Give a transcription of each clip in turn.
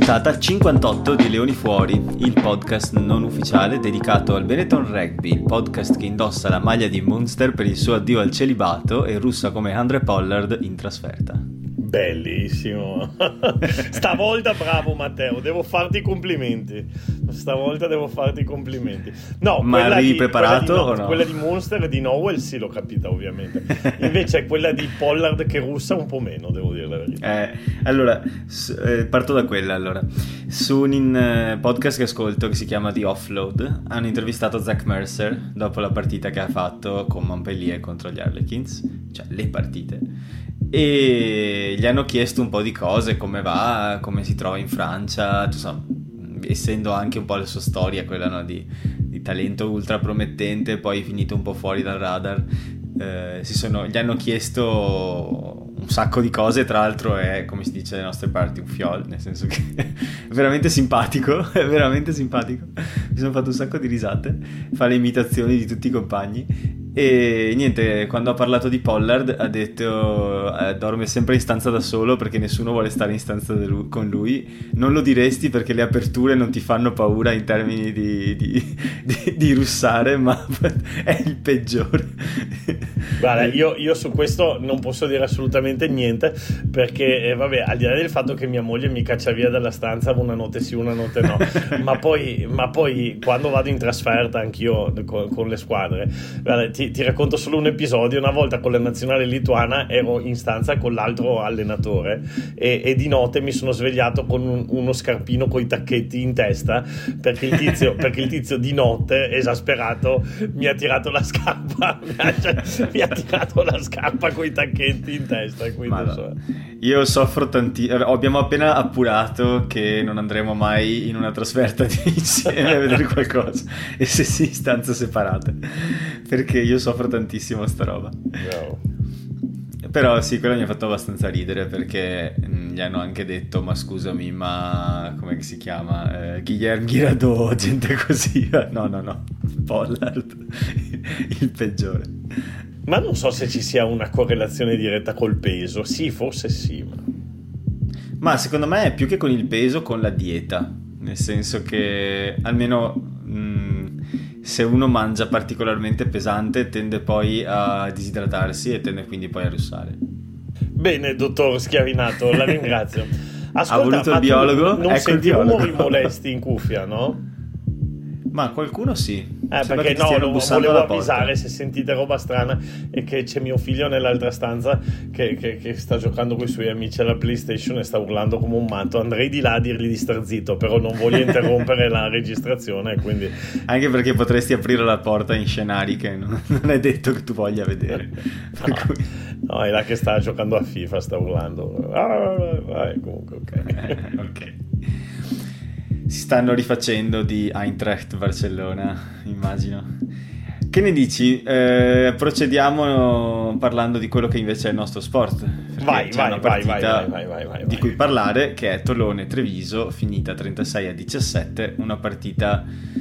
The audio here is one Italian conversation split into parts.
puntata 58 di Leoni Fuori, il podcast non ufficiale dedicato al Benetton Rugby, il podcast che indossa la maglia di Munster per il suo addio al celibato e russa come Andre Pollard in trasferta. Bellissimo. Stavolta bravo Matteo, devo farti i complimenti. Stavolta devo farti i complimenti. No, ma eri preparato o no? Quella di Munster e di Nowell sì, l'ho capita ovviamente. Invece quella di Pollard che russa un po' meno, devo dire la verità. Allora, parto da quella allora. Su un podcast che ascolto che si chiama The Offload hanno intervistato Zach Mercer dopo la partita che ha fatto con Montpellier contro gli Harlequins, cioè le partite, e gli hanno chiesto un po' di cose, come va, come si trova in Francia, insomma, essendo anche un po' la sua storia quella, no, di talento ultra promettente poi finito un po' fuori dal radar. Gli hanno chiesto un sacco di cose, tra l'altro è, come si dice alle nostre parti, un fiol, nel senso che è veramente simpatico, è veramente simpatico, mi sono fatto un sacco di risate, fa le imitazioni di tutti i compagni. E niente, quando ha parlato di Pollard ha detto dorme sempre in stanza da solo perché nessuno vuole stare in stanza con lui. Non lo diresti perché le aperture non ti fanno paura in termini di russare, ma è il peggiore. Guarda, io su questo non posso dire assolutamente niente perché vabbè, al di là del fatto che mia moglie mi caccia via dalla stanza una notte sì, una notte no, ma poi quando vado in trasferta anch'io con le squadre, guarda, ti racconto solo un episodio. Una volta con la nazionale lituana ero in stanza con l'altro allenatore e di notte mi sono svegliato con uno scarpino coi tacchetti in testa perché il tizio di notte, esasperato, mi ha tirato la scarpa mi ha tirato la scarpa coi tacchetti in testa, quindi io soffro tantissimo. Abbiamo appena appurato che non andremo mai in una trasferta insieme a vedere qualcosa, e se sì, stanze separate, perché io soffro tantissimo sta roba. No. Però sì, quello mi ha fatto abbastanza ridere perché gli hanno anche detto: ma scusami, ma come si chiama? Guilherme Guirado, gente così. No, Pollard, il peggiore. Ma non so se ci sia una correlazione diretta col peso. Sì, forse sì, ma secondo me è più che con il peso, con la dieta, nel senso che almeno se uno mangia particolarmente pesante tende poi a disidratarsi e tende quindi poi a russare. Bene, dottor Schiavinato, la ringrazio. Ascolta, ha voluto il biologo? Non senti rumori molesti in cuffia, no? Ma qualcuno sì. Perché no, volevo avvisare se sentite roba strana e che c'è mio figlio nell'altra stanza che sta giocando con i suoi amici alla PlayStation e sta urlando come un matto. Andrei di là a dirgli di star zitto, però non voglio interrompere la registrazione, quindi... Anche perché potresti aprire la porta in scenari che non è detto che tu voglia vedere. No, è là che sta giocando a FIFA, sta urlando. Comunque, ok. Si stanno rifacendo di Eintracht Barcellona, immagino. Che ne dici? Procediamo parlando di quello che invece è il nostro sport. Vai, di cui parlare, che è Tolone-Treviso, finita 36-17, una partita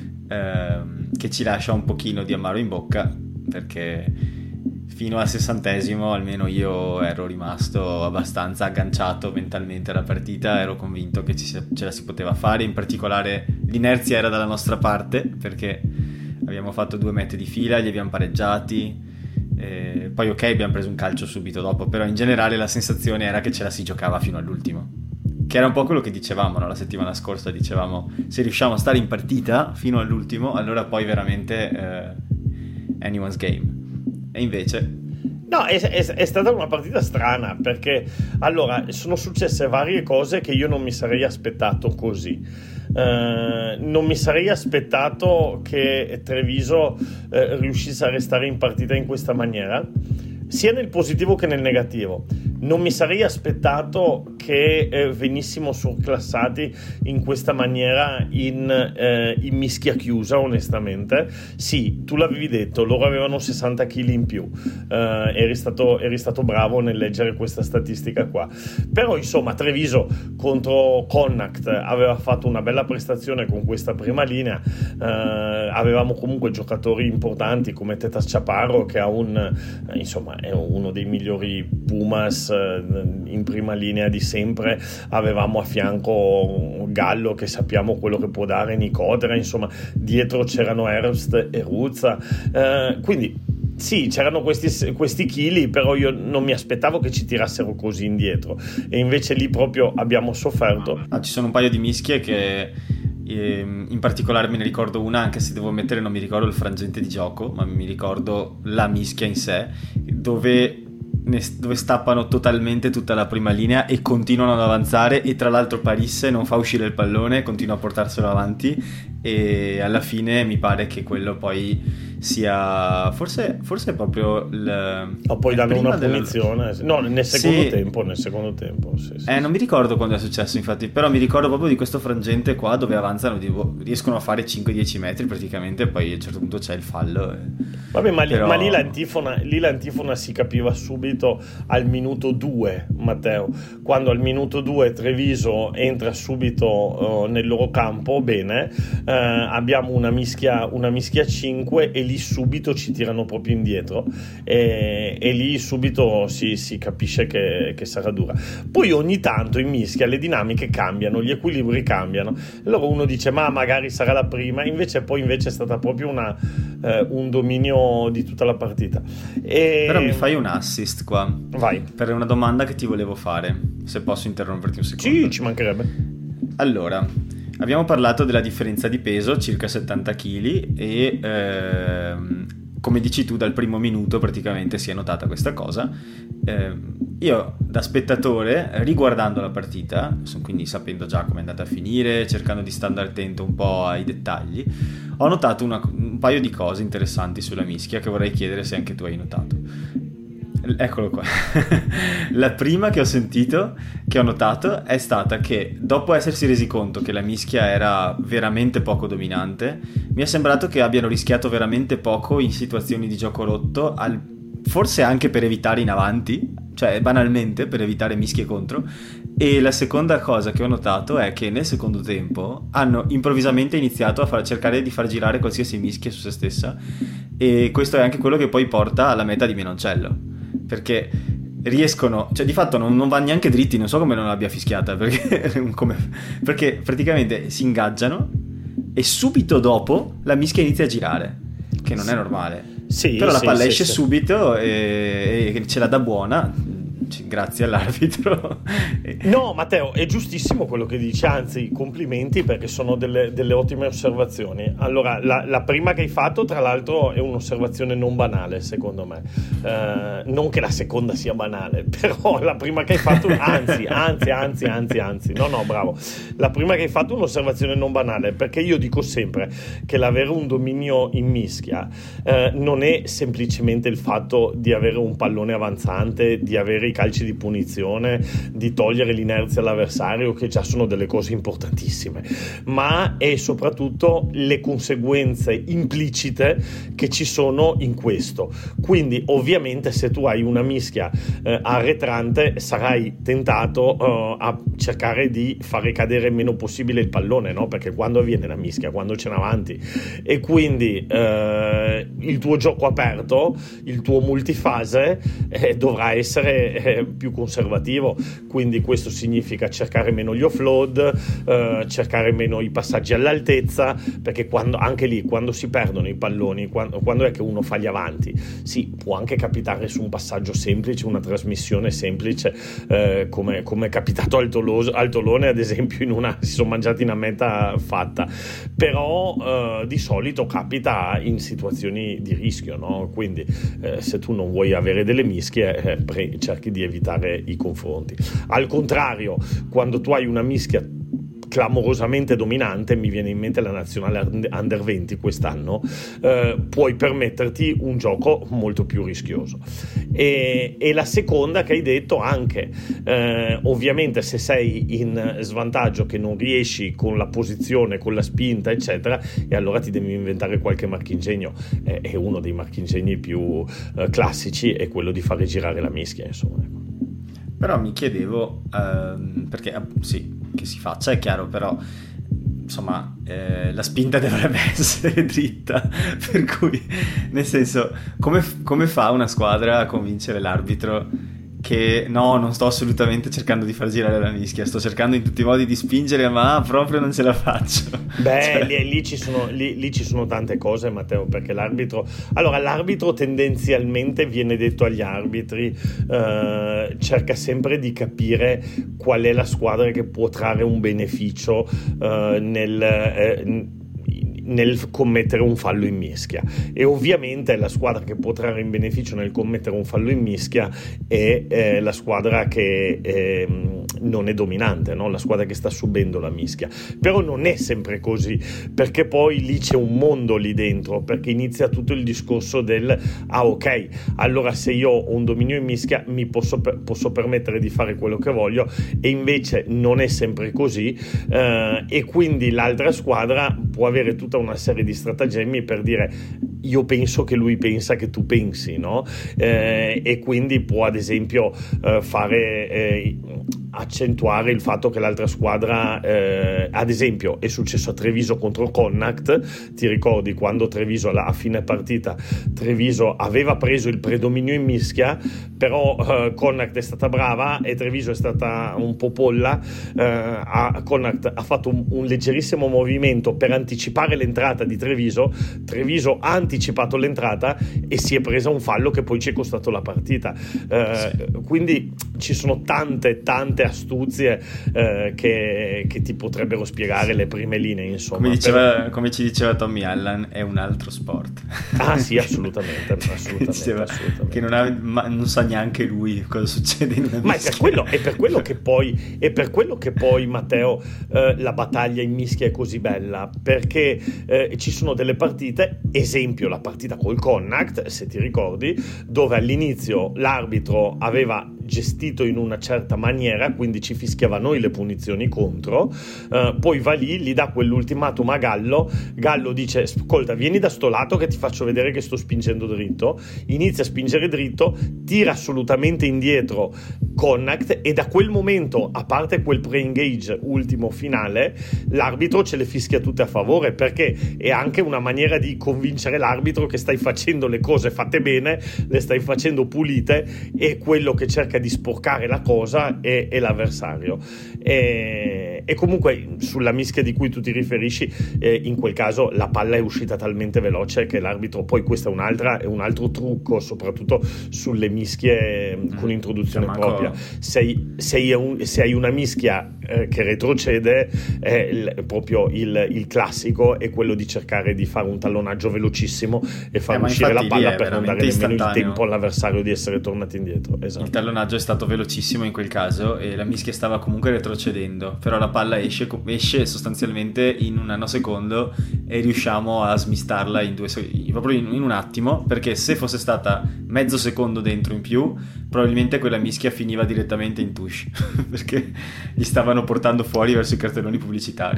che ci lascia un pochino di amaro in bocca, perché fino al 60esimo almeno io ero rimasto abbastanza agganciato mentalmente alla partita, ero convinto che ce la si poteva fare, in particolare l'inerzia era dalla nostra parte perché abbiamo fatto 2 mete di fila, li abbiamo pareggiati, poi ok, abbiamo preso un calcio subito dopo, però in generale la sensazione era che ce la si giocava fino all'ultimo, che era un po' quello che dicevamo, no? La settimana scorsa dicevamo: se riusciamo a stare in partita fino all'ultimo allora poi veramente anyone's game. E invece no, è stata una partita strana perché allora sono successe varie cose che io non mi sarei aspettato così. Non mi sarei aspettato che Treviso riuscisse a restare in partita in questa maniera, sia nel positivo che nel negativo. Non mi sarei aspettato che venissimo surclassati in questa maniera in mischia chiusa, onestamente. Sì, tu l'avevi detto, loro avevano 60 kg in più, eri stato bravo nel leggere questa statistica qua. Però insomma Treviso contro Connacht aveva fatto una bella prestazione con questa prima linea, avevamo comunque giocatori importanti come Tetas Chaparro che ha insomma è uno dei migliori Pumas in prima linea di sempre. Avevamo a fianco Gallo, che sappiamo quello che può dare, Nicodera, insomma dietro c'erano Herbst e Ruzza, quindi sì, c'erano questi chili, però io non mi aspettavo che ci tirassero così indietro, e invece lì proprio abbiamo sofferto. Ci sono un paio di mischie che in particolare me ne ricordo una, anche se devo ammettere non mi ricordo il frangente di gioco, ma mi ricordo la mischia in sé, dove stappano totalmente tutta la prima linea e continuano ad avanzare, e tra l'altro Parisse non fa uscire il pallone, continua a portarselo avanti, e alla fine mi pare che quello poi sia forse proprio poi danno una punizione nel secondo tempo sì. Non mi ricordo quando è successo, infatti, però mi ricordo proprio di questo frangente qua dove avanzano, riescono a fare 5-10 metri praticamente, e poi a un certo punto c'è il fallo vabbè, ma lì l'antifona si capiva subito al minuto 2, Matteo, quando al minuto 2 Treviso entra subito nel loro campo, bene, abbiamo una mischia 5 e lì subito ci tirano proprio indietro, e lì subito si capisce che sarà dura. Poi ogni tanto in mischia le dinamiche cambiano, gli equilibri cambiano, allora uno dice ma magari sarà la prima, invece è stata proprio un dominio di tutta la partita. Però mi fai un assist qua. Vai. Per una domanda che ti volevo fare, se posso interromperti un secondo. Sì, ci mancherebbe. Allora, abbiamo parlato della differenza di peso, circa 70 kg, e come dici tu, dal primo minuto praticamente si è notata questa cosa. Io da spettatore, riguardando la partita, quindi sapendo già come è andata a finire, cercando di stare attento un po' ai dettagli, ho notato un paio di cose interessanti sulla mischia che vorrei chiedere se anche tu hai notato. Eccolo qua. La prima che ho notato è stata che, dopo essersi resi conto che la mischia era veramente poco dominante, mi è sembrato che abbiano rischiato veramente poco in situazioni di gioco rotto, forse anche per evitare in avanti, cioè banalmente per evitare mischie contro. E la seconda cosa che ho notato è che nel secondo tempo hanno improvvisamente iniziato a cercare di far girare qualsiasi mischia su se stessa, e questo è anche quello che poi porta alla meta di Menoncello, perché riescono, cioè di fatto non va neanche dritti, non so come non l'abbia fischiata, perché praticamente si ingaggiano e subito dopo la mischia inizia a girare, che non è normale. Sì, però la palla esce subito e ce la dà buona, grazie all'arbitro. No, Matteo, è giustissimo quello che dici, anzi complimenti, perché sono delle ottime osservazioni. Allora, la prima che hai fatto, tra l'altro, è un'osservazione non banale, secondo me, non che la seconda sia banale, però la prima che hai fatto, anzi, no, bravo, la prima che hai fatto è un'osservazione non banale, perché io dico sempre che l'avere un dominio in mischia non è semplicemente il fatto di avere un pallone avanzante, di avere i calci di punizione, di togliere l'inerzia all'avversario, che già sono delle cose importantissime, ma è soprattutto le conseguenze implicite che ci sono in questo. Quindi ovviamente se tu hai una mischia arretrante, sarai tentato a cercare di fare cadere il meno possibile il pallone, no? Perché quando avviene la mischia? Quando c'è in avanti, e quindi il tuo gioco aperto, il tuo multifase dovrà essere più conservativo, quindi questo significa cercare meno gli offload, cercare meno i passaggi all'altezza, perché anche lì quando si perdono i palloni, quando è che uno fa gli avanti, sì, può anche capitare su un passaggio semplice, una trasmissione semplice, come è capitato al Tolone ad esempio, si sono mangiati una meta fatta, però di solito capita in situazioni di rischio, no? Quindi se tu non vuoi avere delle mischie, cerchi di evitare i confronti. Al contrario, quando tu hai una mischia clamorosamente dominante, mi viene in mente la nazionale Under 20 quest'anno, puoi permetterti un gioco molto più rischioso. E la seconda che hai detto anche, ovviamente se sei in svantaggio, che non riesci con la posizione, con la spinta eccetera, e allora ti devi inventare qualche marchingegno, e uno dei marchingegni più classici è quello di fare girare la mischia, insomma. Però mi chiedevo, perché sì, che si faccia è chiaro, però insomma, la spinta dovrebbe essere dritta, per cui, nel senso, come fa una squadra a convincere l'arbitro che no, non sto assolutamente cercando di far girare la mischia, sto cercando in tutti i modi di spingere, ma proprio non ce la faccio. Beh, lì ci sono tante cose, Matteo, perché l'arbitro tendenzialmente, viene detto agli arbitri, cerca sempre di capire qual è la squadra che può trarre un beneficio nel commettere un fallo in mischia, e ovviamente la squadra che può trarre in beneficio nel commettere un fallo in mischia è la squadra che non è dominante, no? La squadra che sta subendo la mischia. Però non è sempre così, perché poi lì c'è un mondo lì dentro, perché inizia tutto il discorso del ok, allora se io ho un dominio in mischia mi posso permettere di fare quello che voglio, e invece non è sempre così, e quindi l'altra squadra può avere tutta una serie di stratagemmi per dire io penso che lui pensa che tu pensi, no? E quindi può ad esempio accentuare il fatto che l'altra squadra, ad esempio è successo a Treviso contro Connacht, ti ricordi quando Treviso a fine partita Treviso aveva preso il predominio in mischia, però Connacht è stata brava e Treviso è stata un po' polla. Connacht ha fatto un leggerissimo movimento per anticipare l'entrata di Treviso ha anticipato l'entrata e si è presa un fallo che poi ci è costato la partita. Quindi ci sono tante astuzie che ti potrebbero spiegare le prime linee, insomma. Come ci diceva Tommy Allan, è un altro sport. Ah sì, assolutamente. Che non sa neanche lui cosa succede in una mischia. Ma è per quello che poi Matteo, la battaglia in mischia è così bella, perché ci sono delle partite, esempio la partita col Connacht, se ti ricordi, dove all'inizio l'arbitro aveva gestito in una certa maniera, quindi ci fischiava noi le punizioni contro, poi va lì, gli dà quell'ultimatum a Gallo dice ascolta, vieni da sto lato che ti faccio vedere che sto spingendo dritto, inizia a spingere dritto, tira assolutamente indietro Connacht, e da quel momento, a parte quel pre-engage ultimo finale, l'arbitro ce le fischia tutte a favore, perché è anche una maniera di convincere l'arbitro che stai facendo le cose fatte bene, le stai facendo pulite, e quello che cerca di sporcare la cosa è l'avversario. E comunque sulla mischia di cui tu ti riferisci, in quel caso la palla è uscita talmente veloce che l'arbitro, poi questo è un altro trucco, soprattutto sulle mischie con introduzione propria. Se hai una mischia che retrocede, proprio il classico è quello di cercare di fare un tallonaggio velocissimo e far uscire la palla per non dare nemmeno il tempo all'avversario di essere tornato indietro. Esatto. Il tallonaggio è stato velocissimo in quel caso e la mischia stava comunque retrocedendo, però la palla esce sostanzialmente in un nanosecondo e riusciamo a smistarla proprio in un attimo, perché se fosse stata mezzo secondo dentro in più probabilmente quella mischia finiva direttamente in touche perché gli stavano portando fuori verso i cartelloni pubblicitari.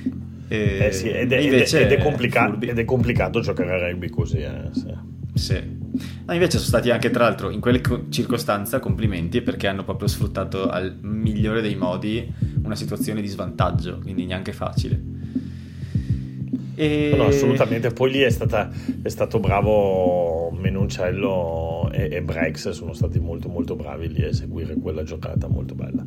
Sì, ed è complicato giocare a rugby così. Sì. No, invece sono stati anche, tra l'altro, in quelle circostanze complimenti, perché hanno proprio sfruttato al migliore dei modi una situazione di svantaggio, quindi neanche facile. No, assolutamente. Poi lì è stato bravo Menoncello e Brex, sono stati molto molto bravi lì a eseguire quella giocata molto bella.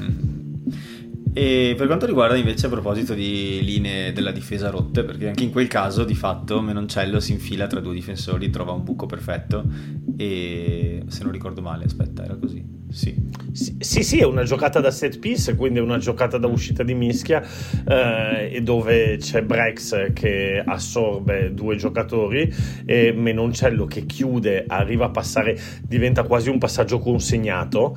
E per quanto riguarda invece, a proposito di linee della difesa rotte, perché anche in quel caso di fatto Menoncello si infila tra due difensori, trova un buco perfetto e, se non ricordo male, era così. Sì, è una giocata da set piece, quindi è una giocata da uscita di mischia, e dove c'è Brex che assorbe due giocatori e Menoncello che chiude, arriva a passare, diventa quasi un passaggio consegnato,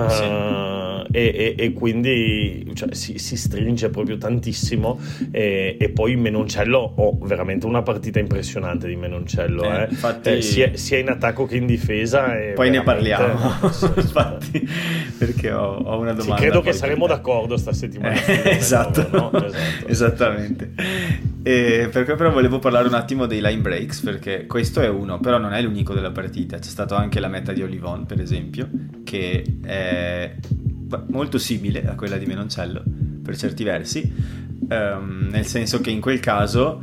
e quindi si stringe proprio tantissimo, e poi Menoncello, veramente una partita impressionante di Menoncello, infatti, sia in attacco che in difesa, poi ne parliamo infatti, perché ho una domanda. Credo che saremo d'accordo sta settimana. Esatto, no? Esatto. Esattamente. Perché però volevo parlare un attimo dei line breaks, perché questo è uno, però non è l'unico della partita. C'è stato anche la meta di Olivon, per esempio, che è molto simile a quella di Menoncello per certi versi, nel senso che in quel caso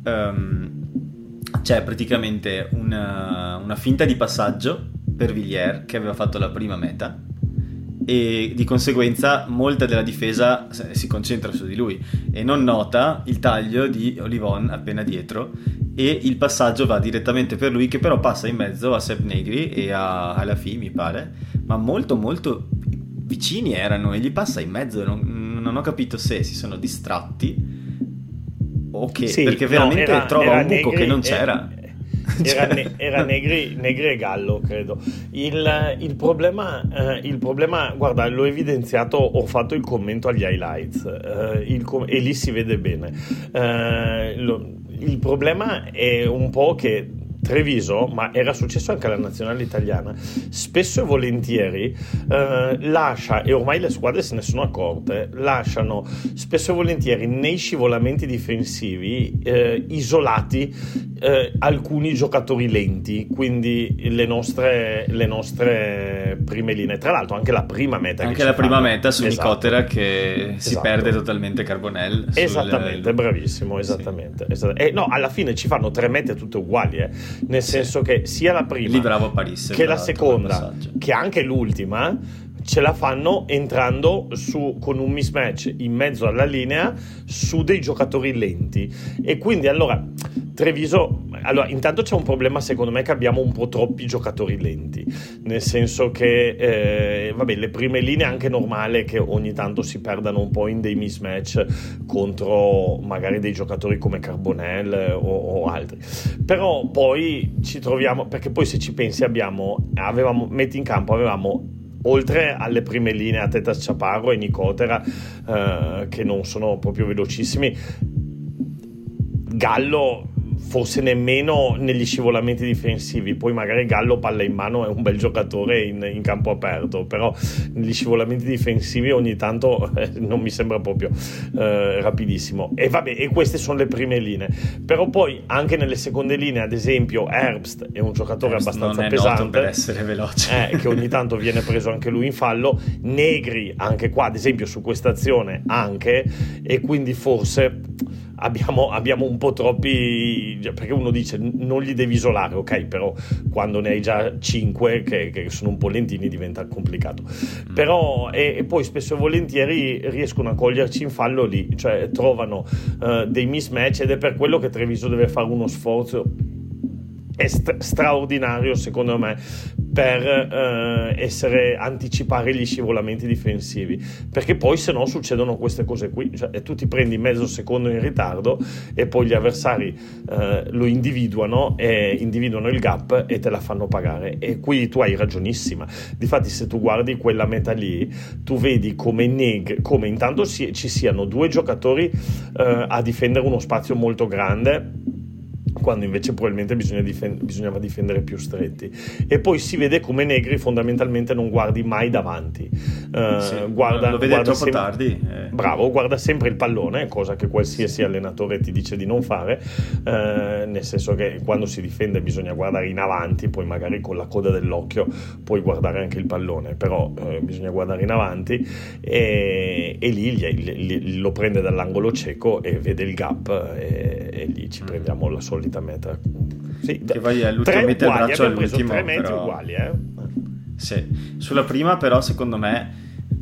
c'è praticamente una finta di passaggio per Villiers che aveva fatto la prima meta, e di conseguenza molta della difesa si concentra su di lui e non nota il taglio di Olivon appena dietro, e il passaggio va direttamente per lui, che però passa in mezzo a Sepp Negri e a Alafi, mi pare, ma molto molto vicini erano, e gli passa in mezzo. Non ho capito se si sono distratti o che, Sì, perché veramente no, trova un buco Negri, che non c'era. Era Negri e Gallo, credo. Il problema, guarda, l'ho evidenziato, ho fatto il commento agli highlights, e lì si vede bene. Il problema è un po' che Treviso, ma era successo anche alla nazionale italiana, spesso e volentieri lascia, e ormai le squadre se ne sono accorte, lasciano spesso e volentieri nei scivolamenti difensivi isolati alcuni giocatori lenti, quindi le nostre prime linee. Tra l'altro anche la prima meta, anche la prima meta su esatto. Nicotera, che si perde totalmente Carbonell esattamente, bravissimo, esattamente, sì. E no, alla fine ci fanno 3 mete tutte uguali, nel senso che sia la prima lì bravo Paris, che la seconda che anche l'ultima ce la fanno entrando con un mismatch in mezzo alla linea su dei giocatori lenti, e quindi allora Treviso, intanto c'è un problema secondo me, che abbiamo un po' troppi giocatori lenti, nel senso che le prime linee anche normale che ogni tanto si perdano un po' in dei mismatch contro magari dei giocatori come Carbonell o altri, però poi ci troviamo, perché poi se ci pensi metti in campo, avevamo oltre alle prime linee a Tetas Chaparro e Nicotera che non sono proprio velocissimi, Gallo forse nemmeno negli scivolamenti difensivi, poi magari Gallo palla in mano è un bel giocatore in campo aperto, però negli scivolamenti difensivi ogni tanto non mi sembra proprio rapidissimo, e queste sono le prime linee, però poi anche nelle seconde linee, ad esempio Herbst è un giocatore abbastanza non è pesante noto per essere veloce, che ogni tanto viene preso anche lui in fallo. Negri anche qua, ad esempio su questa azione anche, e quindi forse abbiamo un po' troppi, perché uno dice non li devi isolare, ok, però quando ne hai già 5 che sono un po' lentini diventa complicato, però e poi spesso e volentieri riescono a coglierci in fallo lì, cioè trovano dei mismatch, ed è per quello che Treviso deve fare uno sforzo straordinario secondo me per anticipare gli scivolamenti difensivi, perché poi se no succedono queste cose qui, cioè, tu ti prendi mezzo secondo in ritardo e poi gli avversari lo individuano il gap e te la fanno pagare, e qui tu hai ragionissima. Difatti se tu guardi quella meta lì, tu vedi come intanto ci siano 2 giocatori a difendere uno spazio molto grande, quando invece probabilmente bisognava difendere più stretti, e poi si vede come Negri fondamentalmente non guardi mai davanti, lo vede troppo tardi, bravo, guarda sempre il pallone, cosa che qualsiasi allenatore ti dice di non fare, nel senso che quando si difende bisogna guardare in avanti, poi magari con la coda dell'occhio puoi guardare anche il pallone, però bisogna guardare in avanti, e lì lo prende dall'angolo cieco e vede il gap, e lì ci prendiamo la solita meta. Sì, che vai all'ultimo, mette il braccio all'ultimo, 3 metri però uguali, sì. Sulla prima però secondo me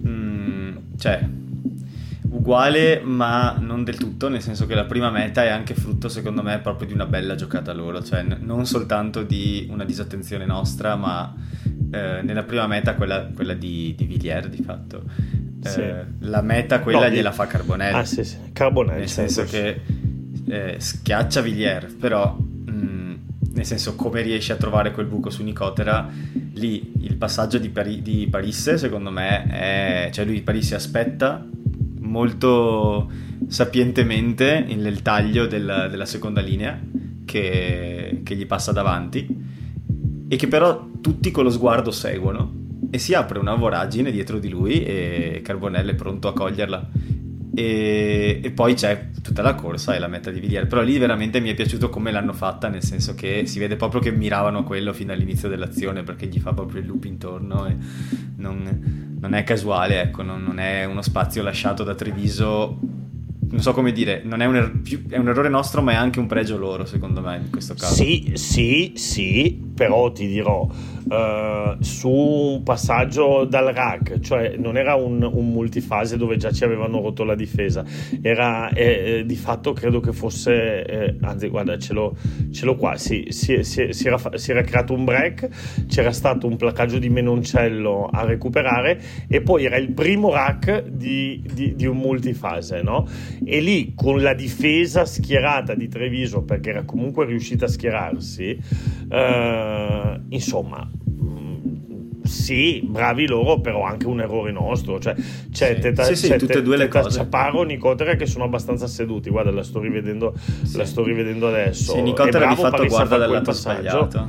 uguale ma non del tutto, nel senso che la prima meta è anche frutto secondo me proprio di una bella giocata loro, cioè non soltanto di una disattenzione nostra, ma nella prima meta quella di Villiers di fatto, la meta quella gliela fa Carbonell, sì. Carbonell, nel senso che schiaccia Villiers, però nel senso, come riesce a trovare quel buco su Nicotera, lì il passaggio di Paris secondo me cioè Paris si aspetta molto sapientemente nel taglio della seconda linea che gli passa davanti, e che però tutti con lo sguardo seguono, e si apre una voragine dietro di lui e Carbonell è pronto a coglierla, e poi c'è tutta la corsa e la meta di Villiers, però lì veramente mi è piaciuto come l'hanno fatta, nel senso che si vede proprio che miravano a quello fin dall'inizio dell'azione, perché gli fa proprio il loop intorno e non è casuale, ecco, non è uno spazio lasciato da Treviso non so come dire, non è è un errore nostro, ma è anche un pregio loro, secondo me, in questo caso. Sì, però ti dirò, su un passaggio dal rack, cioè non era un multifase dove già ci avevano rotto la difesa, era di fatto credo che fosse, anzi guarda ce l'ho qua, si era creato un break, c'era stato un placaggio di Menoncello a recuperare e poi era il primo rack di un multifase, no? E lì con la difesa schierata di Treviso, perché era comunque riuscita a schierarsi, insomma, sì, bravi loro, però anche un errore nostro, cioè tutte e due le cose. Chaparro, Nicotera che sono abbastanza seduti, guarda, la sto rivedendo adesso. Sì, Nicotera di fatto guarda dal lato sbagliato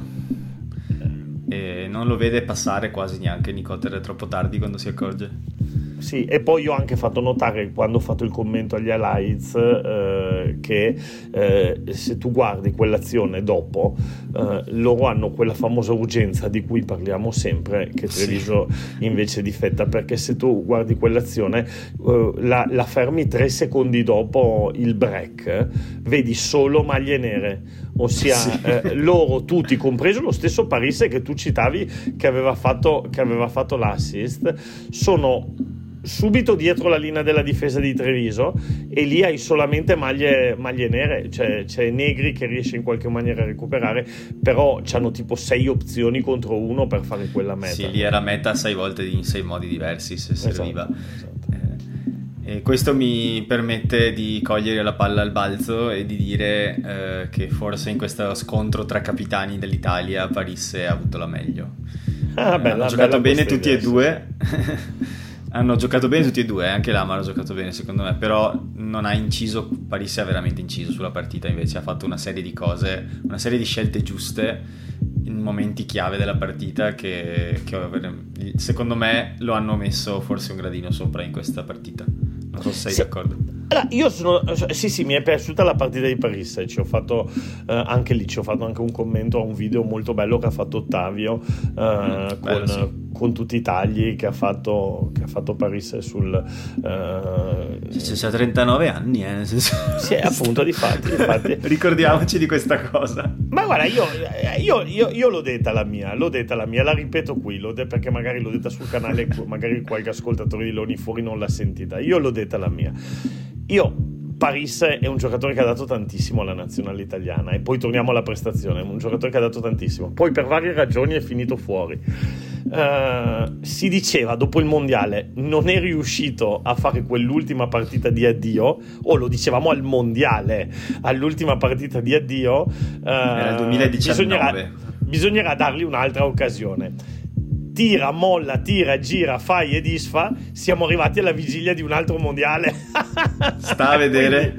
e non lo vede passare quasi neanche. Nicotera è troppo tardi quando si accorge. Sì, e poi io ho anche fatto notare quando ho fatto il commento agli highlights che se tu guardi quell'azione dopo, loro hanno quella famosa urgenza di cui parliamo sempre, che Treviso invece difetta, perché se tu guardi quell'azione la fermi 3 secondi dopo il break, vedi solo maglie nere, ossia loro tutti, compreso lo stesso Parisse che tu citavi che aveva fatto l'assist, sono subito dietro la linea della difesa di Treviso e lì hai solamente maglie nere, cioè c'è Negri che riesce in qualche maniera a recuperare, però c'hanno tipo 6 opzioni contro 1 per fare quella meta. Sì, lì era meta 6 volte in 6 modi diversi se serviva. Esatto. E questo mi permette di cogliere la palla al balzo e di dire che forse in questo scontro tra capitani dell'Italia Parisse ha avuto la meglio. Hanno giocato bene tutti e due. Hanno giocato bene tutti e due, anche Lamar ha giocato bene secondo me, però non ha inciso, Parisse ha veramente inciso sulla partita, invece ha fatto una serie di cose, una serie di scelte giuste in momenti chiave della partita che secondo me lo hanno messo forse un gradino sopra in questa partita. Non so se sei d'accordo. Allora, io sì, mi è piaciuta la partita di Parisse, ci ho fatto anche un commento a un video molto bello che ha fatto Ottavio con tutti i tagli che ha fatto Parisse sul c'ha 39 anni nel senso... Sì, appunto, difatti. Ricordiamoci di questa cosa. Ma guarda, io l'ho detta la mia, la ripeto qui, perché magari l'ho detta sul canale, magari qualche ascoltatore di Loni Fuori non l'ha sentita. Io l'ho detta la mia. Parisse è un giocatore che ha dato tantissimo alla nazionale italiana, e poi torniamo alla prestazione, è un giocatore che ha dato tantissimo, poi per varie ragioni è finito fuori. Si diceva dopo il mondiale non è riuscito a fare quell'ultima partita di addio, o lo dicevamo al mondiale, all'ultima partita di addio, era il 2019, bisognerà dargli un'altra occasione. Tira, molla, tira, gira, fai e disfa, siamo arrivati alla vigilia di un altro mondiale. Sta a vedere.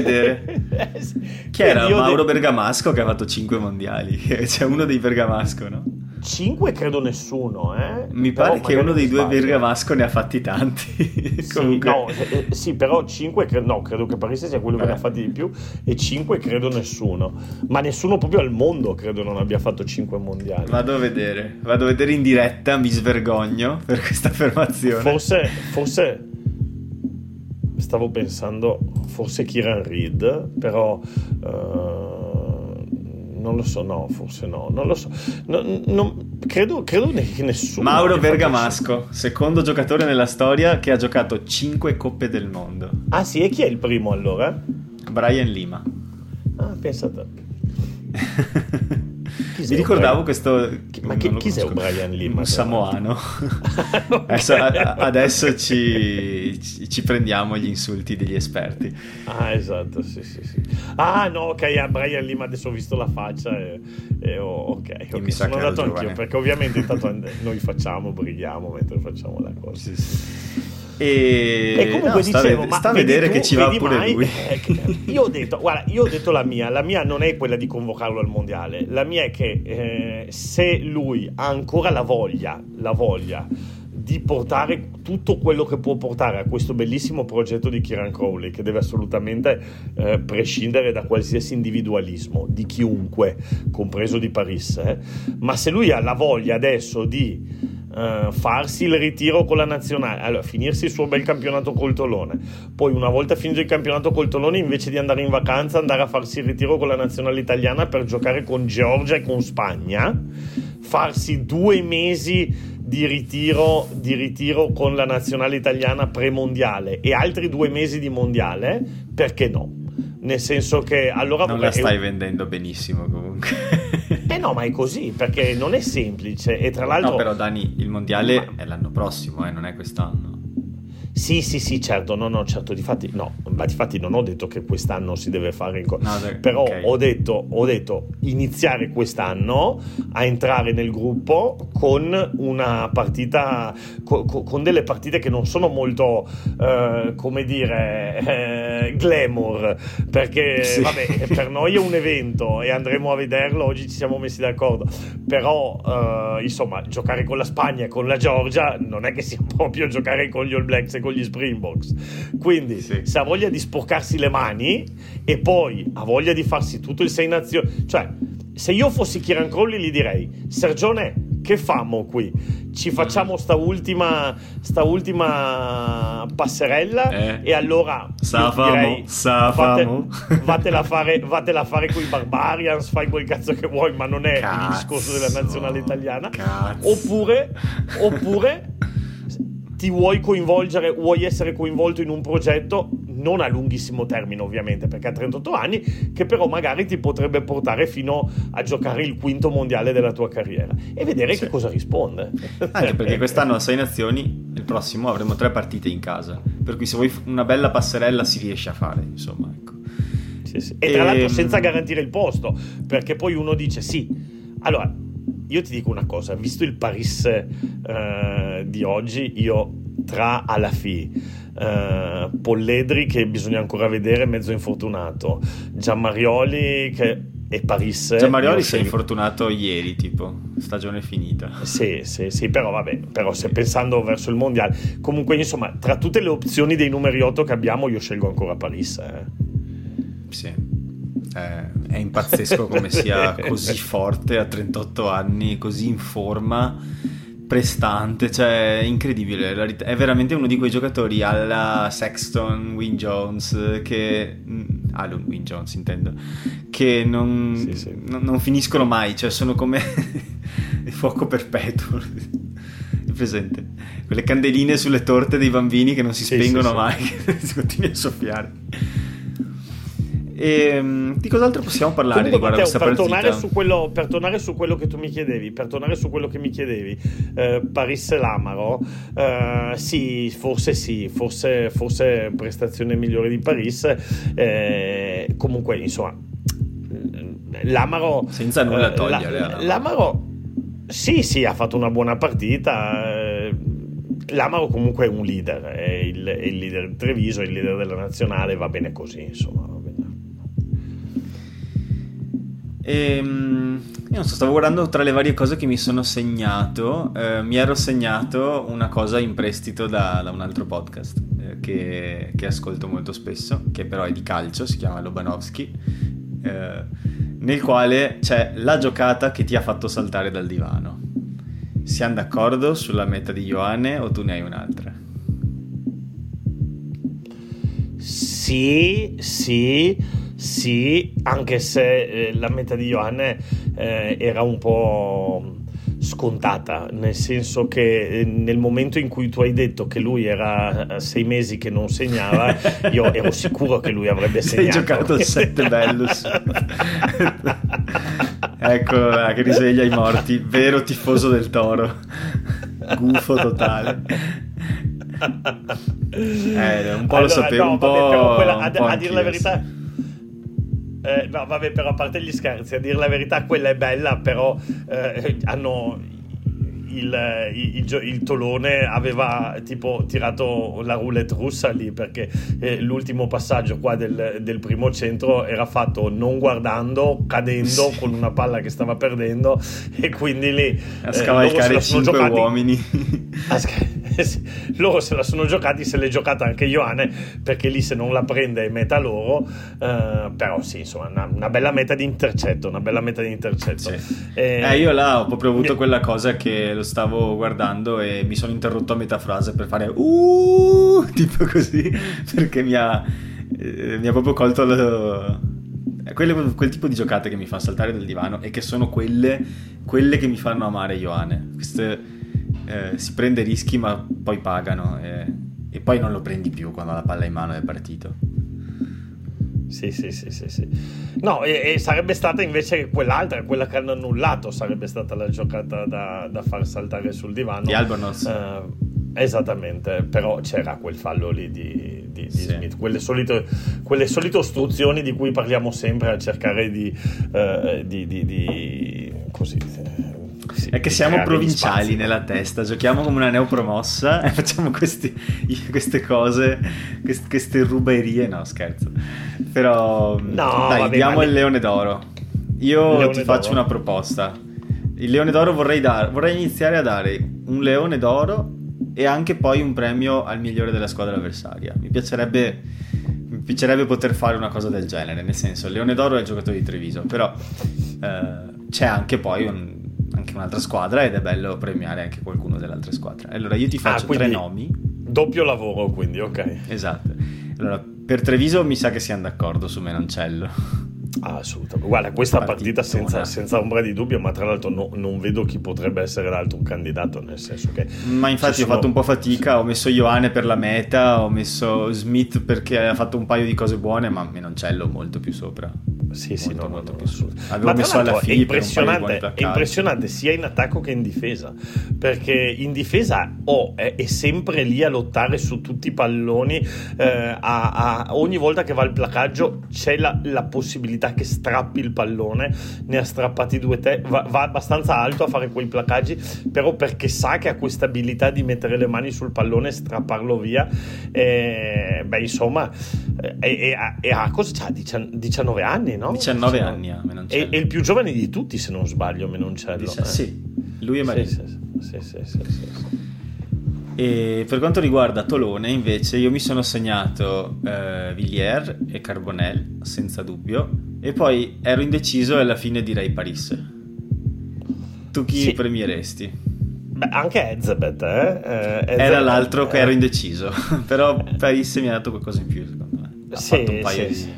Chi era? Mauro Bergamasco che ha fatto 5 mondiali. C'è uno dei Bergamasco, no? 5 credo nessuno, Mi pare che uno dei due Bergamasco ne ha fatti tanti. Sì, però 5 credo che Parisse sia quello che ne ha fatti di più, e 5 credo nessuno, ma nessuno proprio al mondo credo non abbia fatto 5 mondiali. Vado a vedere in diretta, mi svergogno per questa affermazione. Forse stavo pensando forse Kieran Reed, però non lo so, no, forse no, non lo so, credo che nessuno. Mauro Bergamasco, secondo giocatore nella storia che ha giocato 5 Coppe del Mondo. Ah sì, e chi è il primo allora? Brian Lima. Ah, pensa a te. Mi ricordavo questo. Ma chi è Brian Lima? Un samoano. Adesso ci prendiamo gli insulti degli esperti. Ah, esatto, sì. Ah, no, ok, Brian Lima, adesso ho visto la faccia e ok, mi sa sono che andato ero anch'io, giovane. perché ovviamente intanto noi brilliamo mentre facciamo la cosa. Sì. E comunque dicevo, sta a vedere che ci va pure lui. Io ho detto la mia non è quella di convocarlo al mondiale, la mia è che se lui ha ancora la voglia di portare tutto quello che può portare a questo bellissimo progetto di Kieran Crowley, che deve assolutamente prescindere da qualsiasi individualismo di chiunque, compreso di Parisse, ma se lui ha la voglia adesso di farsi il ritiro con la nazionale, allora, finirsi il suo bel campionato col Tolone, poi una volta finito il campionato col Tolone, invece di andare in vacanza, andare a farsi il ritiro con la nazionale italiana per giocare con Georgia e con Spagna, farsi 2 mesi di ritiro con la nazionale italiana premondiale e altri 2 mesi di mondiale, perché no? Nel senso che allora non la stai vendendo benissimo comunque. No, ma è così, perché non è semplice. E tra l'altro, no, però Dani, il mondiale è l'anno prossimo, non è quest'anno. Sì, certo, no, certo, difatti non ho detto che quest'anno si deve fare però okay. ho detto iniziare quest'anno a entrare nel gruppo con una partita, con delle partite che non sono molto, come dire, glamour, perché sì. Vabbè, per noi è un evento e andremo a vederlo, oggi ci siamo messi d'accordo, però insomma, giocare con la Spagna e con la Georgia non è che sia proprio giocare con gli All Blacks e con gli Springboks, quindi sì. Se ha voglia di sporcarsi le mani e poi ha voglia di farsi tutto il 6 nazioni, cioè se io fossi Kieran Crowley gli direi: Sergione, che famo qui? Ci facciamo sta ultima passerella e allora direi, vatela a fare con i Barbarians, fai quel cazzo che vuoi, ma non è il discorso della nazionale italiana. Oppure ti vuoi essere coinvolto in un progetto non a lunghissimo termine, ovviamente, perché ha 38 anni, che però magari ti potrebbe portare fino a giocare il 5º mondiale della tua carriera e vedere che cosa risponde. Anche perché quest'anno a 6 nazioni, il prossimo avremo 3 partite in casa, per cui se vuoi una bella passerella si riesce a fare, insomma, ecco. Sì. E tra l'altro senza garantire il posto, perché poi uno dice sì, allora io ti dico una cosa, visto il Paris di oggi, io tra Alafi, Polledri che bisogna ancora vedere, mezzo infortunato, Gianmarioli e Paris. Gianmarioli si è infortunato ieri, tipo, stagione finita. Sì, però vabbè, se pensando verso il mondiale, comunque insomma, tra tutte le opzioni dei numeri 8 che abbiamo, io scelgo ancora Paris. Sì. È impazzesco come sia così forte a 38 anni, così in forma, prestante, cioè è incredibile. È veramente uno di quei giocatori alla Sexton, Wyn Jones, Alun Wyn Jones intendo, che non finiscono mai, cioè sono come il fuoco perpetuo. È presente? Quelle candeline sulle torte dei bambini che non si spengono mai, che si continui a soffiare. E di cos'altro possiamo parlare riguardo a questa partita? Per tornare su quello che tu mi chiedevi, Paris Lamaro, forse prestazione migliore di Paris, comunque insomma Lamaro, senza nulla togliere, Lamaro sì, ha fatto una buona partita. Lamaro comunque è un leader, è il leader di Treviso, è il leader della nazionale, va bene così, insomma. Io non so, stavo guardando tra le varie cose che mi sono segnato, mi ero segnato una cosa in prestito da un altro podcast che ascolto molto spesso, che però è di calcio, si chiama Lobanovsky, nel quale c'è la giocata che ti ha fatto saltare dal divano. Siamo d'accordo sulla meta di Ioane o tu ne hai un'altra? Sì, anche se la meta di Ioane era un po' scontata, nel senso che nel momento in cui tu hai detto che lui era 6 mesi che non segnava, io ero sicuro che lui avrebbe segnato. Hai giocato il 7 Bellus. Ecco che risveglia i morti, vero tifoso del Toro, gufo totale. Un po' allora, lo sapevo, no, un po'. Però quella, a dire la verità. No, vabbè, però a parte gli scherzi, a dire la verità, quella è bella, però hanno il Tolone aveva tipo tirato la roulette russa lì, perché l'ultimo passaggio qua del primo centro era fatto non guardando, cadendo con una palla che stava perdendo, e quindi lì a scavalcare 5 uomini loro se la sono giocati, se l'è giocata anche Ioane, perché lì se non la prende è meta loro, però sì, insomma, una bella meta di intercetto, sì. Io là ho proprio avuto quella cosa che lo stavo guardando e mi sono interrotto a metà frase per fare tipo così, perché mi ha proprio colto quel tipo di giocate che mi fa saltare dal divano e che sono quelle che mi fanno amare Ioane. Si prende rischi ma poi pagano e poi non lo prendi più quando la palla in mano è partito. Sì. No, e sarebbe stata invece quell'altra, quella che hanno annullato, sarebbe stata la giocata da far saltare sul divano di Albornoz. Esattamente, però c'era quel fallo lì di sì. Smith, quelle solite ostruzioni di cui parliamo sempre a cercare di così. È che siamo provinciali nella testa, giochiamo come una neopromossa e facciamo queste cose, queste ruberie, no scherzo, però dai, diamo il Leone d'Oro. Io ti faccio una proposta. Il Leone d'Oro vorrei iniziare a dare un Leone d'Oro e anche poi un premio al migliore della squadra avversaria. Mi piacerebbe poter fare una cosa del genere, nel senso, il Leone d'Oro è il giocatore di Treviso, però c'è anche poi anche un'altra squadra ed è bello premiare anche qualcuno dell'altra squadra. Allora io ti faccio 3 nomi. Doppio lavoro, quindi, ok. Esatto. Allora, per Treviso mi sa che siamo d'accordo su Menoncello. Assolutamente. Guarda, questa partita senza ombra di dubbio, ma tra l'altro non vedo chi potrebbe essere l'altro un candidato, nel senso che... Ma infatti ho fatto un po' fatica, ho messo Ioane per la meta, ho messo Smith perché ha fatto un paio di cose buone, ma Menoncello molto più sopra. Molto più sopra. Avevo messo alla fine è impressionante sia in attacco che in difesa, perché in difesa è sempre lì a lottare su tutti i palloni, ogni volta che va il placaggio c'è la possibilità che strappi il pallone, ne ha strappati 2 va abbastanza alto a fare quei placaggi, però perché sa che ha questa abilità di mettere le mani sul pallone e strapparlo via, insomma, cosa c'ha? 19 anni, no? 19 anni a Menoncello. È il più giovane di tutti, se non sbaglio, Menoncello. Sì, lui e Maria. Sì. E per quanto riguarda Tolone, invece, io mi sono segnato Villiers e Carbonel, senza dubbio, e poi ero indeciso e alla fine direi Paris. Tu chi premieresti? Beh, anche Ezzebeth, era l'altro che ero indeciso, però Paris mi ha dato qualcosa in più, secondo me. Ha fatto un paio di...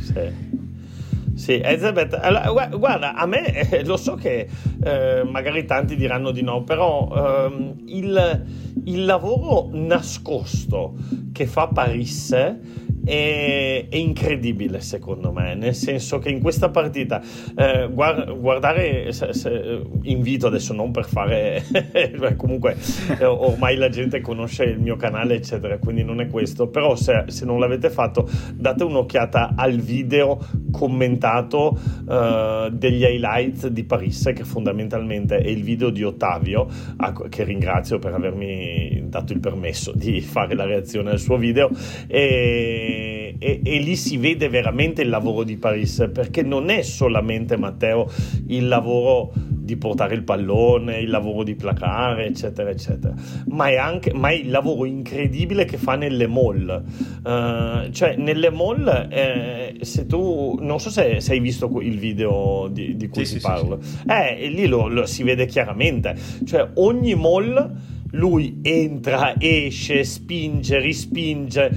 Sì, Ezzebeth, allora, guarda, a me lo so che magari tanti diranno di no, però il lavoro nascosto che fa Paris è incredibile, secondo me, nel senso che in questa partita guardare, invito adesso, non per fare comunque ormai la gente conosce il mio canale eccetera, quindi non è questo, però se non l'avete fatto date un'occhiata al video commentato degli highlights di Paris, che fondamentalmente è il video di Ottavio, che ringrazio per avermi dato il permesso di fare la reazione al suo video, e lì si vede veramente il lavoro di Paris, perché non è solamente, Matteo, il lavoro di portare il pallone, il lavoro di placare eccetera eccetera, ma è il lavoro incredibile che fa nelle mall, cioè nelle mall, se tu, non so se hai visto il video di cui ti parlo, lì lo si vede chiaramente, cioè ogni mall lui entra, esce, spinge, rispinge,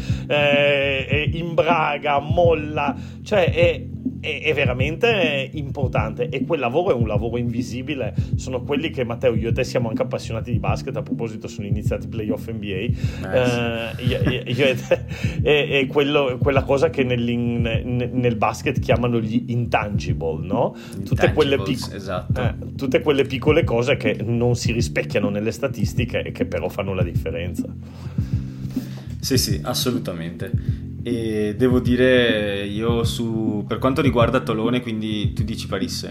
imbraga, molla, cioè è veramente importante, e quel lavoro è un lavoro invisibile. Sono quelli che, Matteo, io e te siamo anche appassionati di basket, a proposito sono iniziati i playoff NBA, io e te, è quella cosa che nel basket chiamano gli intangible, no? Tutte quelle piccole cose che non si rispecchiano nelle statistiche e che però fanno la differenza. Sì, assolutamente. E devo dire, io per quanto riguarda Tolone, quindi tu dici Paris?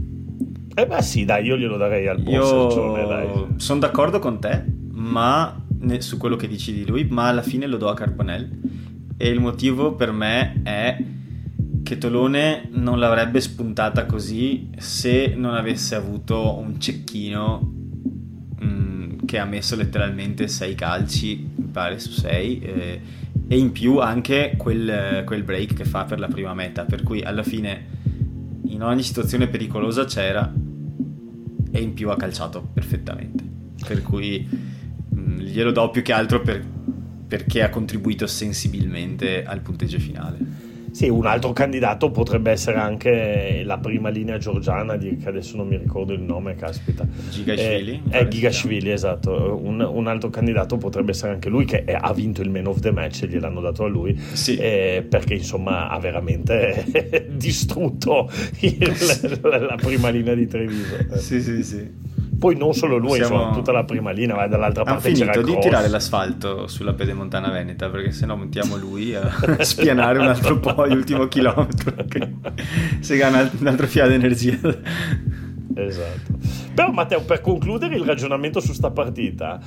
Sì, dai, io glielo darei al buon Sergione, dai. Sono d'accordo con te, ma su quello che dici di lui, ma alla fine lo do a Carbonel, e il motivo per me è che Tolone non l'avrebbe spuntata così se non avesse avuto un cecchino che ha messo letteralmente 6 calci, mi pare, su 6, e in più anche quel break che fa per la prima meta, per cui alla fine in ogni situazione pericolosa c'era, e in più ha calciato perfettamente, per cui glielo do più che altro perché ha contribuito sensibilmente al punteggio finale. Sì, un altro candidato potrebbe essere anche la prima linea georgiana che adesso non mi ricordo il nome, caspita. Gigashvili? Gigashvili, esatto. Un altro candidato potrebbe essere anche lui, che ha vinto il man of the match e gliel'hanno dato a lui, sì. Perché insomma ha veramente distrutto la prima linea di Treviso. Sì. Poi non solo lui, insomma, tutta la prima linea, ma dall'altra parte c'era il finito di cross. tirare l'asfalto sulla pedemontana veneta, perché sennò mettiamo lui a spianare un altro po' l'ultimo chilometro, che se ha un altro fiato di energia. Esatto. Però Matteo, per concludere il ragionamento su sta partita,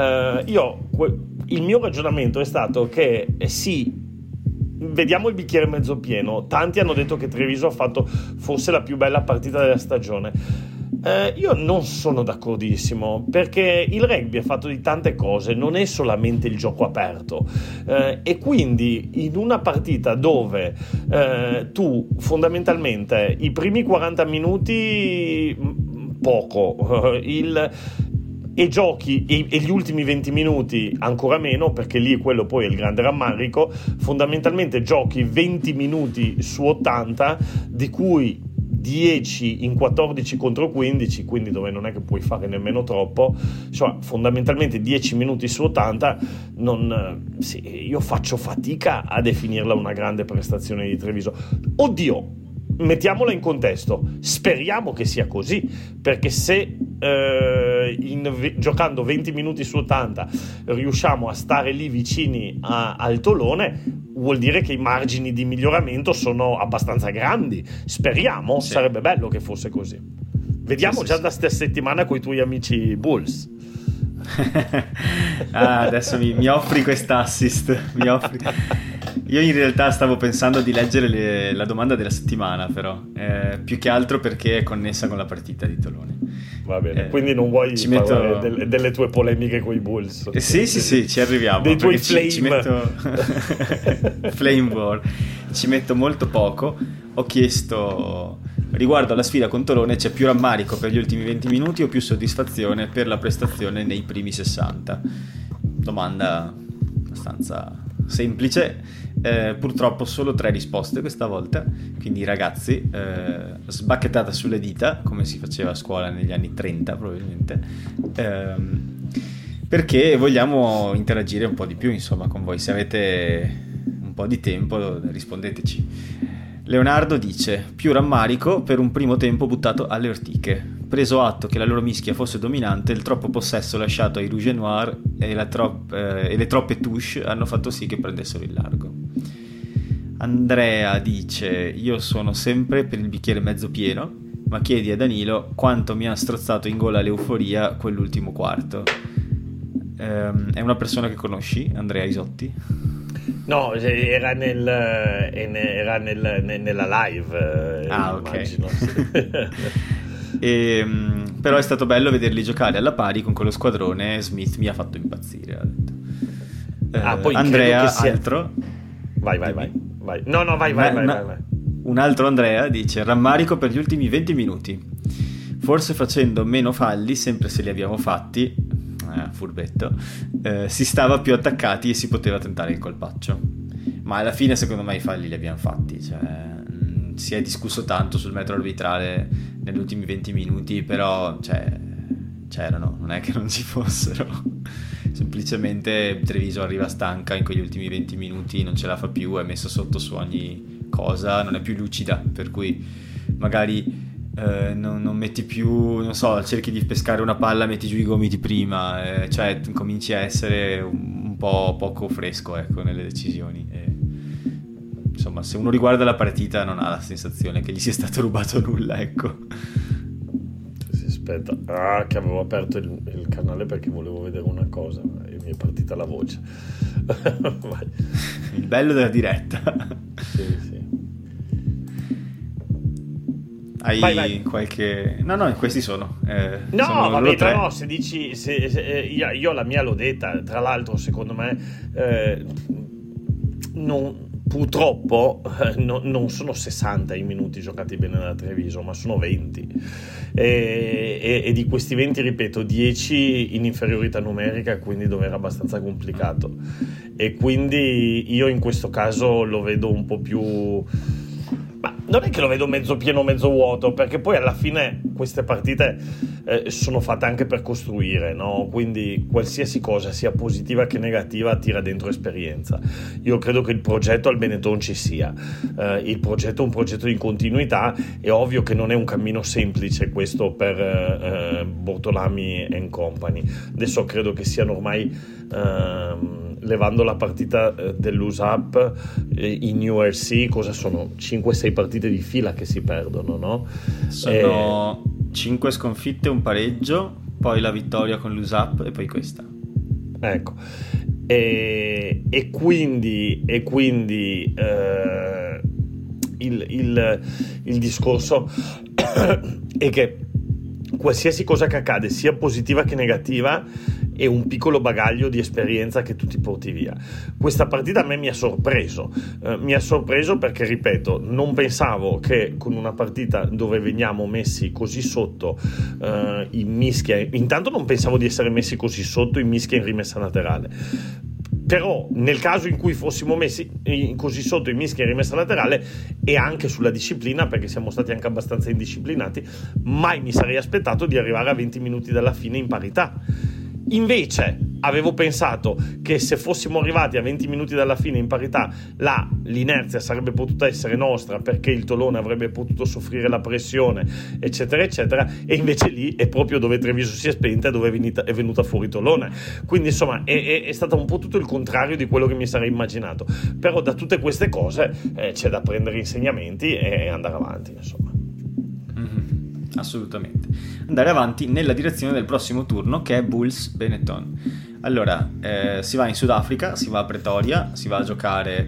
il mio ragionamento è stato che sì, vediamo il bicchiere mezzo pieno. Tanti hanno detto che Treviso ha fatto forse la più bella partita della stagione. Io non sono d'accordissimo, perché il rugby è fatto di tante cose, non è solamente il gioco aperto, e quindi in una partita dove tu fondamentalmente i primi 40 minuti poco, e giochi e gli ultimi 20 minuti ancora meno, perché lì quello poi è il grande rammarico, fondamentalmente giochi 20 minuti su 80, di cui 10 in 14 contro 15, quindi dove non è che puoi fare nemmeno troppo, insomma fondamentalmente 10 minuti su 80, io faccio fatica a definirla una grande prestazione di Treviso. Oddio, mettiamola in contesto, speriamo che sia così, perché se giocando 20 minuti su 80 riusciamo a stare lì vicini al tolone, vuol dire che i margini di miglioramento sono abbastanza grandi. Speriamo, sì. Sarebbe bello che fosse così. Vediamo sì, già da questa settimana con i tuoi amici Bulls. Adesso mi offri quest'assist, Io in realtà stavo pensando di leggere la domanda della settimana, però più che altro perché è connessa con la partita di Tolone. Va bene, quindi non vuoi parlare delle tue polemiche con i Bulls? Sì, ci arriviamo. Dei tuoi flame. Ci metto flame war. Ci metto molto poco. Ho chiesto riguardo alla sfida con Tolone: c'è più rammarico per gli ultimi 20 minuti o più soddisfazione per la prestazione nei primi 60? Domanda abbastanza semplice. Purtroppo solo 3 risposte questa volta, quindi ragazzi, sbacchettata sulle dita come si faceva a scuola negli anni 30 probabilmente, perché vogliamo interagire un po' di più, insomma, con voi. Se avete un po' di tempo rispondeteci. Leonardo dice: più rammarico per un primo tempo buttato alle ortiche, preso atto che la loro mischia fosse dominante, il troppo possesso lasciato ai Rouge et Noir e le troppe touche hanno fatto sì che prendessero il largo. Andrea dice: io sono sempre per il bicchiere mezzo pieno, ma chiedi a Danilo quanto mi ha strozzato in gola l'euforia quell'ultimo quarto. È una persona che conosci, Andrea Isotti? No, era nella live, immagino. Però è stato bello vederli giocare alla pari con quello squadrone. Smith mi ha fatto impazzire, ha detto. Poi Andrea, che altro. Vai. No, vai. Un altro Andrea dice: rammarico per gli ultimi 20 minuti, forse facendo meno falli, sempre se li abbiamo fatti, furbetto, si stava più attaccati e si poteva tentare il colpaccio. Ma alla fine secondo me i falli li abbiamo fatti, cioè, si è discusso tanto sul metro arbitrale negli ultimi 20 minuti, però c'erano, non è che non ci fossero. Semplicemente Treviso arriva stanca in quegli ultimi 20 minuti, non ce la fa più, è messa sotto su ogni cosa, non è più lucida, per cui magari non metti più, non so, cerchi di pescare una palla, metti giù i gomiti prima, cioè cominci a essere un po' poco fresco, ecco, nelle decisioni. Insomma, se uno riguarda la partita non ha la sensazione che gli sia stato rubato nulla, ecco. Aspetta, che avevo aperto il canale perché volevo vedere una cosa e mi è partita la voce. Vai. Il bello della diretta. Sì. Hai qualche... No, questi sono. No, sono vabbè, tre. no, se dici... io la mia l'ho detta, tra l'altro, secondo me... purtroppo non sono 60 i minuti giocati bene da Treviso, ma sono 20 e di questi 20, ripeto, 10 in inferiorità numerica, quindi dove era abbastanza complicato, e quindi io in questo caso lo vedo un po' più... Ma non è che lo vedo mezzo pieno mezzo vuoto, perché poi alla fine queste partite sono fatte anche per costruire, no? Quindi qualsiasi cosa, sia positiva che negativa, tira dentro esperienza. Io credo che il progetto al Benetton ci sia, il progetto è un progetto di continuità. È ovvio che non è un cammino semplice questo per Bortolami and Company. Adesso credo che siano ormai levando la partita dell'USAP in URC, cosa sono? 5-6 partite di fila che si perdono, no? Sono 5 sconfitte, un pareggio, poi la vittoria con l'USAP e poi questa. Ecco. E quindi il discorso è che qualsiasi cosa che accade, sia positiva che negativa, è un piccolo bagaglio di esperienza che tu ti porti via. Questa partita a me mi ha sorpreso perché, ripeto, non pensavo che con una partita dove veniamo messi così sotto in mischia, intanto non pensavo di essere messi così sotto in mischia in rimessa laterale, però nel caso in cui fossimo messi così sotto in mischia e rimessa laterale, e anche sulla disciplina, perché siamo stati anche abbastanza indisciplinati, mai mi sarei aspettato di arrivare a 20 minuti dalla fine in parità. Invece avevo pensato che se fossimo arrivati a 20 minuti dalla fine in parità, l'inerzia sarebbe potuta essere nostra, perché il Tolone avrebbe potuto soffrire la pressione, eccetera eccetera, e invece lì è proprio dove Treviso si è spenta e dove è venuta fuori Tolone. Quindi insomma è stato un po' tutto il contrario di quello che mi sarei immaginato, però da tutte queste cose c'è da prendere insegnamenti e andare avanti, insomma. Assolutamente, andare avanti nella direzione del prossimo turno, che è Bulls Benetton. Allora, si va in Sudafrica, si va a Pretoria, si va a giocare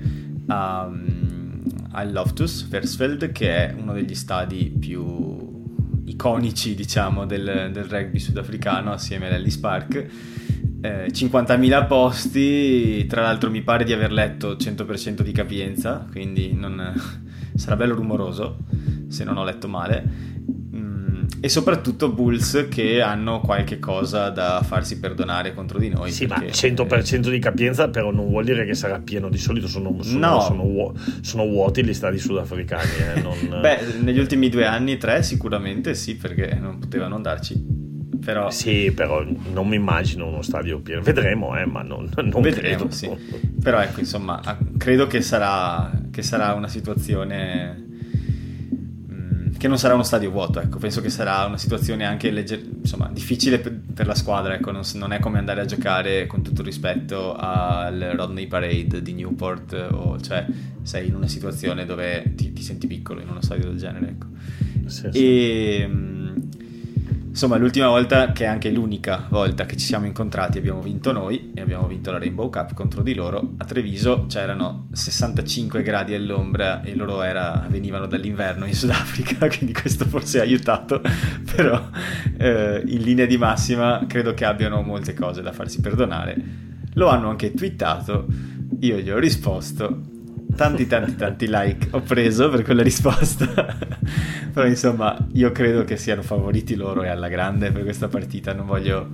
al Loftus Versfeld, che è uno degli stadi più iconici, diciamo, del rugby sudafricano, assieme all'Ellis Park. 50.000 posti, tra l'altro mi pare di aver letto 100% di capienza, quindi sarà bello rumoroso se non ho letto male. E soprattutto Bulls che hanno qualche cosa da farsi perdonare contro di noi. Sì, perché... ma 100% di capienza però non vuol dire che sarà pieno. Di solito sono vuoti gli stadi sudafricani. Beh, negli ultimi 2 anni, 3 sicuramente sì, perché non potevano darci. Però... Sì, però non mi immagino uno stadio pieno. Vedremo, ma non vedremo, credo. Sì. Però ecco, insomma, credo che sarà una situazione... che non sarà uno stadio vuoto, ecco. Penso che sarà una situazione anche difficile per la squadra, ecco. Non è come andare a giocare, con tutto il rispetto, al Rodney Parade di Newport, cioè sei in una situazione dove ti senti piccolo in uno stadio del genere, ecco. Sì. E insomma, l'ultima volta, che è anche l'unica volta che ci siamo incontrati, abbiamo vinto noi e abbiamo vinto la Rainbow Cup contro di loro. A Treviso c'erano 65 gradi all'ombra e loro venivano dall'inverno in Sudafrica, quindi questo forse ha aiutato, però in linea di massima credo che abbiano molte cose da farsi perdonare. Lo hanno anche twittato, io gli ho risposto, tanti like ho preso per quella risposta. Però insomma io credo che siano favoriti loro e alla grande per questa partita. Non voglio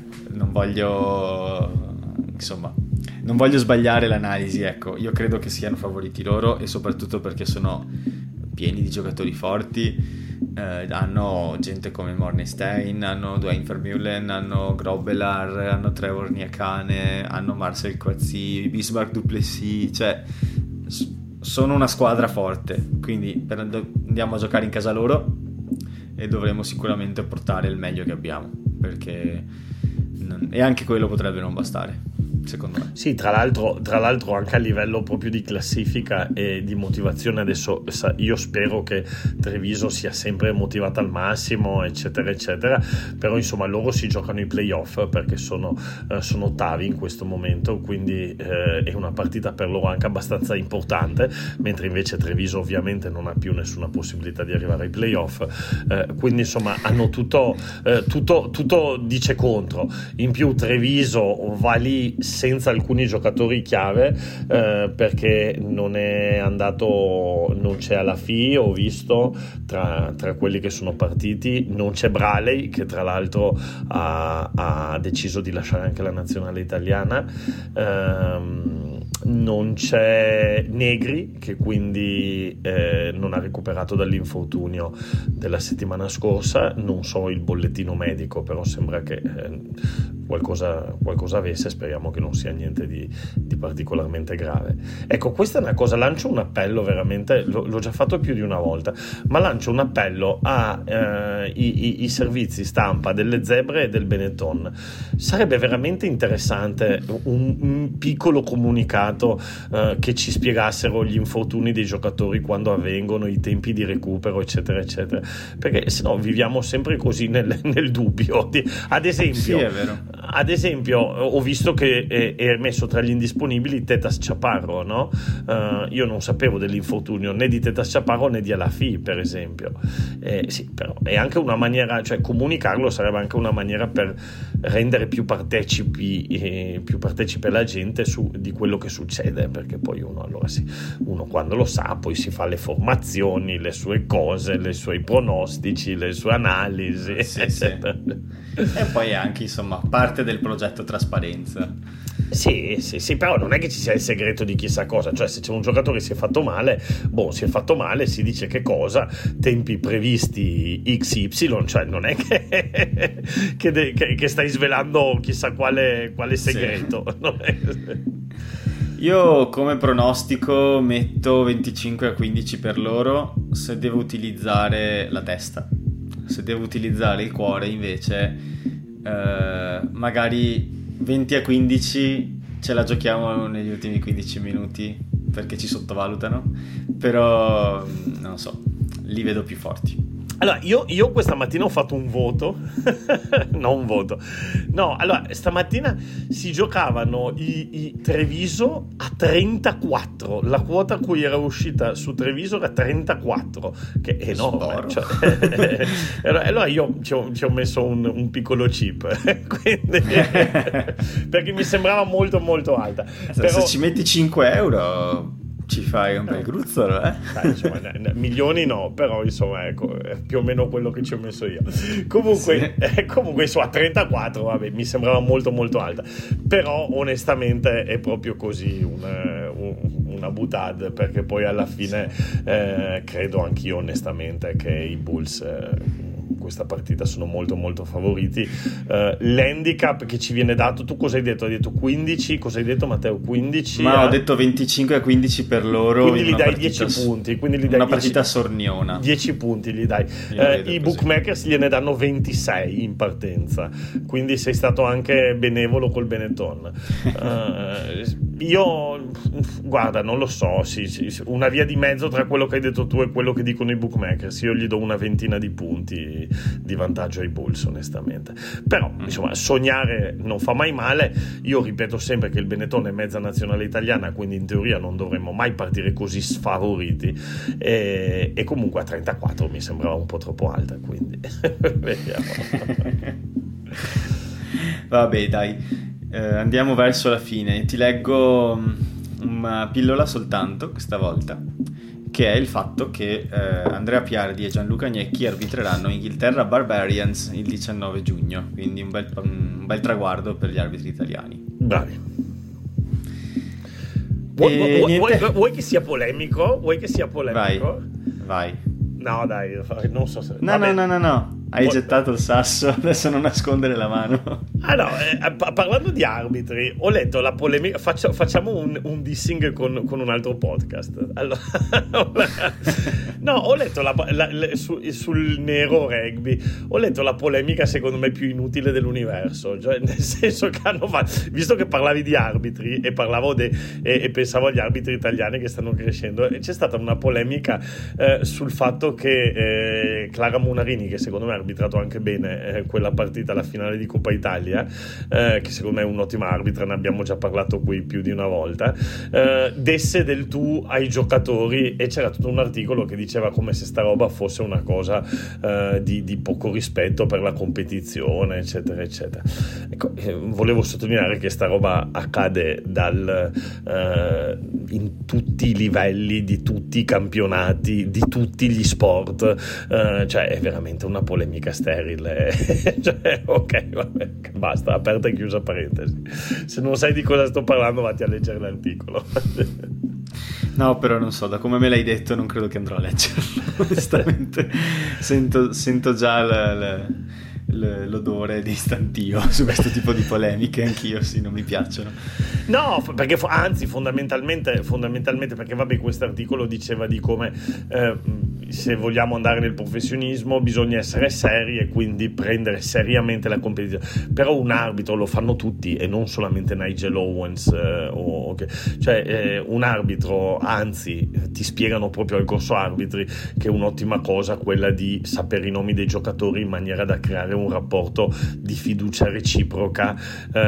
sbagliare l'analisi, ecco. Io credo che siano favoriti loro, e soprattutto perché sono pieni di giocatori forti. Hanno gente come Mornestein, hanno Dwayne Vermeulen, hanno Grobbelaar, hanno Trevor Nyakane, hanno Marcel Coetzee, Bismarck Duplessis, cioè sono una squadra forte, quindi andiamo a giocare in casa loro e dovremo sicuramente portare il meglio che abbiamo, perché e anche quello potrebbe non bastare. secondo me. Sì, tra l'altro anche a livello proprio di classifica e di motivazione, adesso io spero che Treviso sia sempre motivata al massimo, eccetera eccetera, però insomma loro si giocano i playoff perché sono ottavi in questo momento, quindi è una partita per loro anche abbastanza importante, mentre invece Treviso ovviamente non ha più nessuna possibilità di arrivare ai playoff, quindi insomma hanno tutto dice contro. In più Treviso va lì senza alcuni giocatori chiave, perché non c'è Alafi, ho visto tra quelli che sono partiti, non c'è Braley, che tra l'altro ha deciso di lasciare anche la nazionale italiana, non c'è Negri, che quindi non ha recuperato dall'infortunio della settimana scorsa, non so il bollettino medico, però sembra che qualcosa avesse, speriamo che non sia niente di particolarmente grave. Ecco, questa è una cosa, lancio un appello veramente, l'ho già fatto più di una volta, ma lancio un appello ai servizi stampa delle Zebre e del Benetton. Sarebbe veramente interessante un piccolo comunicato che ci spiegassero gli infortuni dei giocatori quando avvengono, i tempi di recupero, eccetera eccetera, perché sennò viviamo sempre così nel dubbio. Ad esempio, sì, è vero. Ad esempio, ho visto che è messo tra gli indisponibili Tetas Chaparro, no? Io non sapevo dell'infortunio né di Tetas Chaparro né di Alafi, per esempio. Sì, però è anche una maniera, cioè comunicarlo sarebbe anche una maniera per rendere più partecipe la gente di quello che succede, perché poi uno quando lo sa poi si fa le formazioni, le sue cose, i suoi pronostici, le sue analisi, sì. E poi anche insomma parte del progetto trasparenza. Sì, però non è che ci sia il segreto di chissà cosa, cioè se c'è un giocatore che si è fatto male, si è fatto male, si dice che cosa, tempi previsti XY, cioè non è che stai svelando chissà quale segreto. Sì. Non è... Io come pronostico metto 25-15 per loro, se devo utilizzare la testa. Se devo utilizzare il cuore invece magari 20-15 ce la giochiamo negli ultimi 15 minuti perché ci sottovalutano, però non lo so, li vedo più forti. Allora, io questa mattina ho fatto un voto, allora stamattina si giocavano i Treviso a 34, la quota a cui era uscita su Treviso era 34, che è enorme, cioè, allora io ci ho messo un piccolo chip, quindi, perché mi sembrava molto molto alta. Però, se ci metti 5 euro... ci fai un bel gruzzolo, Dai, insomma, milioni no, però insomma ecco, è più o meno quello che ci ho messo io. Comunque a 34 vabbè, mi sembrava molto molto alta, però onestamente è proprio così una butad, perché poi alla fine credo anch'io onestamente che i Bulls questa partita sono molto molto favoriti. L'handicap che ci viene dato, tu cosa hai detto? Hai detto 15? Cosa hai detto, Matteo? 15? Ma ho detto 25-15 per loro, quindi gli dai 10 punti, quindi gli dai una partita sorniona, 10 punti gli dai. I bookmakers gliene danno 26 in partenza, quindi sei stato anche benevolo col Benetton. Io guarda, non lo so, sì, una via di mezzo tra quello che hai detto tu e quello che dicono i bookmakers. Io gli do una ventina di punti di vantaggio ai Bulls onestamente, però insomma sognare non fa mai male. Io ripeto sempre che il Benetton è mezza nazionale italiana, quindi in teoria non dovremmo mai partire così sfavoriti, e comunque a 34 mi sembrava un po' troppo alta, quindi vediamo. Vabbè dai, andiamo verso la fine. Ti leggo una pillola soltanto questa volta, che è il fatto che Andrea Piardi e Gianluca Gnecchi arbitreranno Inghilterra Barbarians il 19 giugno, quindi un bel traguardo per gli arbitri italiani. Bravi. Vuoi che sia polemico? Vai. No dai, non so se... No. Hai gettato il sasso, adesso non nascondere la mano. Parlando di arbitri, ho letto la polemica. Facciamo un dissing con un altro podcast. Allora, no, ho letto sul nero rugby. Ho letto la polemica secondo me più inutile dell'universo. Cioè, nel senso che hanno fatto, visto che parlavi di arbitri e parlavo e pensavo agli arbitri italiani che stanno crescendo, e c'è stata una polemica sul fatto che Clara Munarini, che secondo me ha arbitrato anche bene quella partita, la finale di Coppa Italia, che secondo me è un'ottima arbitra, ne abbiamo già parlato qui più di una volta, desse del tu ai giocatori, e c'era tutto un articolo che diceva come se sta roba fosse una cosa di poco rispetto per la competizione, eccetera eccetera. Ecco, volevo sottolineare che sta roba accade in tutti i livelli, di tutti i campionati, di tutti gli sport, cioè è veramente una polemica sterile. Cioè, ok, vabbè, basta, aperta e chiusa parentesi. Se non sai di cosa sto parlando, vatti a leggere l'articolo. No, però non so, da come me l'hai detto non credo che andrò a leggerlo, onestamente. Sento già l'odore di stantio su questo tipo di polemiche, anch'io sì, non mi piacciono. No, perché anzi fondamentalmente perché vabbè, questo articolo diceva di come se vogliamo andare nel professionismo bisogna essere seri e quindi prendere seriamente la competizione. Però un arbitro lo fanno tutti e non solamente Nigel Owens, cioè un arbitro, anzi ti spiegano proprio al corso arbitri che è un'ottima cosa quella di sapere i nomi dei giocatori in maniera da creare un rapporto di fiducia reciproca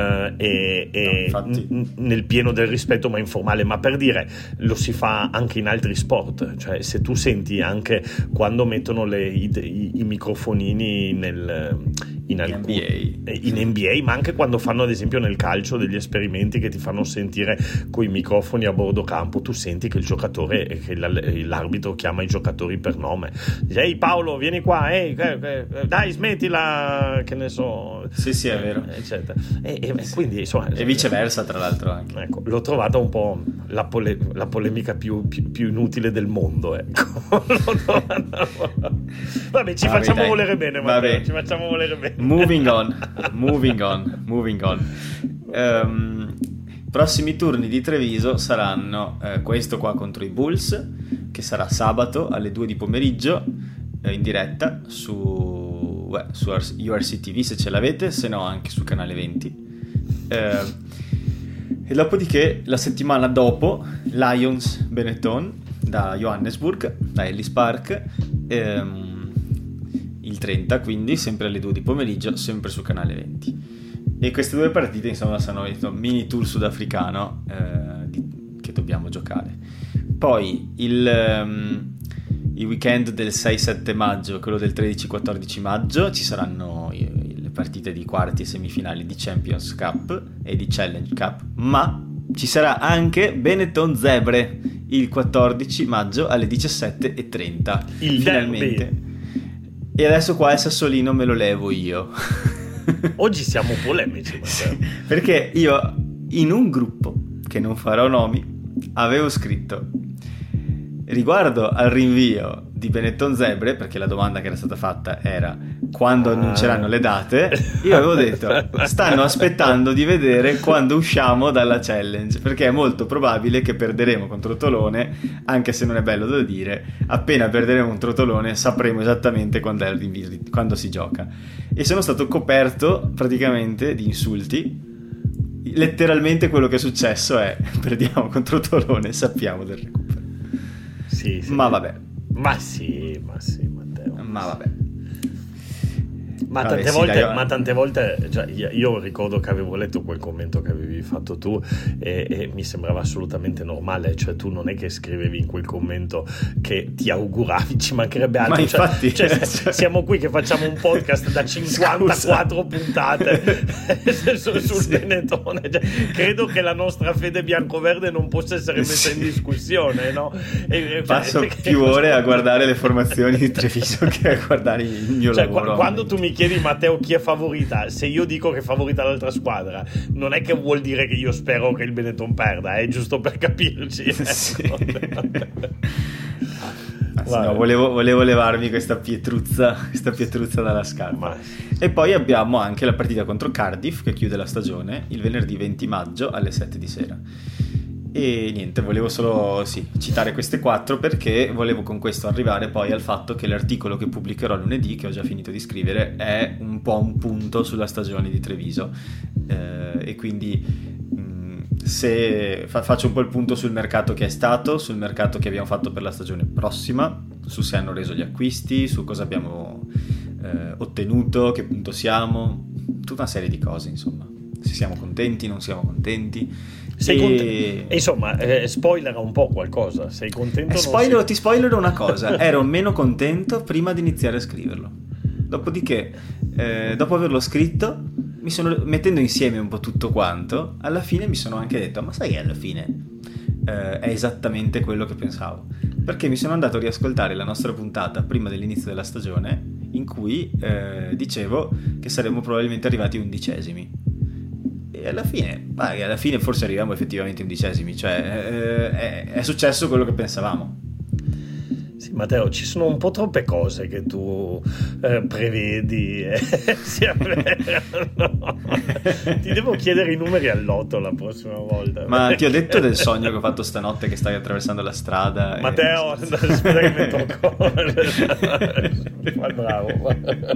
nel pieno del rispetto, ma informale. Ma per dire, lo si fa anche in altri sport, cioè se tu senti anche quando mettono i microfonini in NBA, ma anche quando fanno ad esempio nel calcio degli esperimenti che ti fanno sentire coi microfoni a bordo campo, tu senti che il giocatore, che l'arbitro chiama i giocatori per nome, dice: ehi Paolo, vieni qua, dai smettila, che ne so. Sì, è vero, eccetera. Quindi insomma, e viceversa, tra l'altro, anche. Ecco, l'ho trovata un po' la polemica più inutile del mondo, ecco. Vabbè, ci facciamo volere bene, Matteo, ci facciamo volere bene. Moving on. Prossimi turni di Treviso saranno questo qua contro i Bulls, che sarà sabato alle 2 di pomeriggio in diretta su URC TV se ce l'avete, se no anche sul canale 20. E dopodiché la settimana dopo Lions Benetton da Johannesburg, da Ellis Park, il 30, quindi sempre alle 2 di pomeriggio, sempre sul canale 20. E queste due partite insomma sono un mini tour sudafricano che dobbiamo giocare. Poi il weekend del 6-7 maggio, quello del 13-14 maggio, ci saranno le partite di quarti e semifinali di Champions Cup e di Challenge Cup, ma ci sarà anche Benetton Zebre il 14 maggio alle 17:30. Finalmente derby. E adesso qua il sassolino me lo levo io. Oggi siamo polemici, sì, perché io in un gruppo, che non farò nomi, avevo scritto riguardo al rinvio di Benetton Zebre, perché la domanda che era stata fatta era quando annunceranno le date, io avevo detto stanno aspettando di vedere quando usciamo dalla challenge, perché è molto probabile che perderemo contro Tolone, anche se non è bello da dire. Appena perderemo contro Tolone sapremo esattamente quando è il rinvio, quando si gioca, e sono stato coperto praticamente di insulti. Letteralmente quello che è successo è: perdiamo contro Tolone, sappiamo del recupero. Sì. Ma vabbè. Ma sì, Matteo. Ma vabbè. Ma tante volte, cioè, io ricordo che avevo letto quel commento che avevi fatto tu e mi sembrava assolutamente normale, cioè tu non è che scrivevi in quel commento che ti auguravi, ci mancherebbe altro. Ma infatti, siamo qui che facciamo un podcast da 54 puntate sul Benetton, cioè, credo che la nostra fede biancoverde non possa essere messa in discussione, no? Passo più ore a guardare le formazioni di Treviso che a guardare il mio lavoro. Quando tu mi chiedi, Matteo, chi è favorita, se io dico che è favorita l'altra squadra, non è che vuol dire che io spero che il Benetton perda, è giusto per capirci. Sì. grazie. No, volevo levarmi questa pietruzza dalla scarpa. E poi abbiamo anche la partita contro Cardiff che chiude la stagione il venerdì 20 maggio alle 7 di sera. E niente, volevo solo citare queste 4 perché volevo con questo arrivare poi al fatto che l'articolo che pubblicherò lunedì, che ho già finito di scrivere, è un po' un punto sulla stagione di Treviso, e quindi se faccio un po' il punto sul mercato che è stato, sul mercato che abbiamo fatto per la stagione prossima, su se hanno reso gli acquisti, su cosa abbiamo ottenuto, che punto siamo, tutta una serie di cose, insomma, se siamo contenti, non siamo contenti. Insomma, spoilera un po' qualcosa. Sei contento? Ti spoilerò una cosa: ero meno contento prima di iniziare a scriverlo. Dopodiché, dopo averlo scritto, mettendo insieme un po' tutto quanto, alla fine mi sono anche detto: ma sai che alla fine è esattamente quello che pensavo, perché mi sono andato a riascoltare la nostra puntata prima dell'inizio della stagione in cui dicevo che saremmo probabilmente arrivati 11esimi. E alla fine forse arriviamo effettivamente 11esimi, cioè è successo quello che pensavamo. Sì, Matteo, ci sono un po' troppe cose che tu prevedi si avverano. Ti devo chiedere i numeri al lotto la prossima volta. Ma ti ho detto del sogno che ho fatto stanotte, che stai attraversando la strada? Matteo, aspetta che mi tocco. Ma bravo.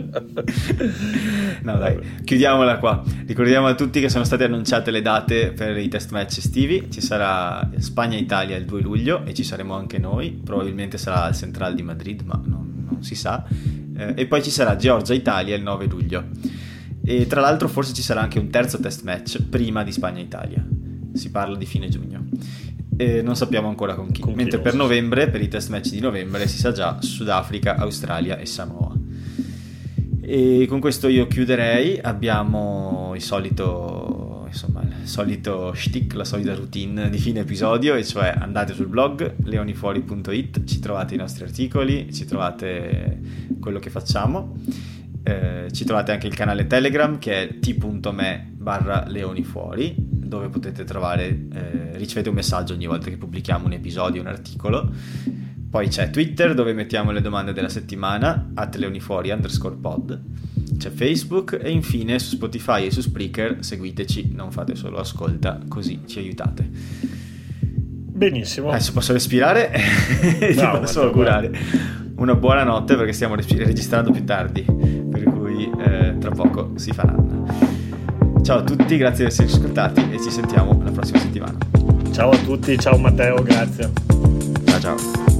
No dai, chiudiamola qua. Ricordiamo a tutti che sono state annunciate le date per i test match estivi. Ci sarà Spagna-Italia il 2 luglio e ci saremo anche noi, probabilmente sarà al Central di Madrid, ma non si sa, e poi ci sarà Georgia-Italia il 9 luglio e tra l'altro forse ci sarà anche un terzo test match prima di Spagna-Italia, si parla di fine giugno e non sappiamo ancora con chi, mentre per novembre, per i test match di novembre, si sa già Sudafrica, Australia e Samoa. E con questo io chiuderei. Abbiamo il solito shtick, la solita routine di fine episodio, e cioè andate sul blog leonifuori.it, ci trovate i nostri articoli, ci trovate quello che facciamo, ci trovate anche il canale Telegram che è t.me/leonifuori, dove potete ricevete un messaggio ogni volta che pubblichiamo un episodio, un articolo. Poi c'è Twitter, dove mettiamo le domande della settimana @leonifuori_pod. C'è Facebook e infine su Spotify e su Spreaker seguiteci, non fate solo ascolta, così ci aiutate. Benissimo. Adesso posso respirare e ti posso augurare una buona notte, perché stiamo registrando più tardi, per cui tra poco si faranno. Ciao a tutti, grazie di esserci ascoltati e ci sentiamo la prossima settimana. Ciao a tutti, ciao Matteo, grazie. Ciao.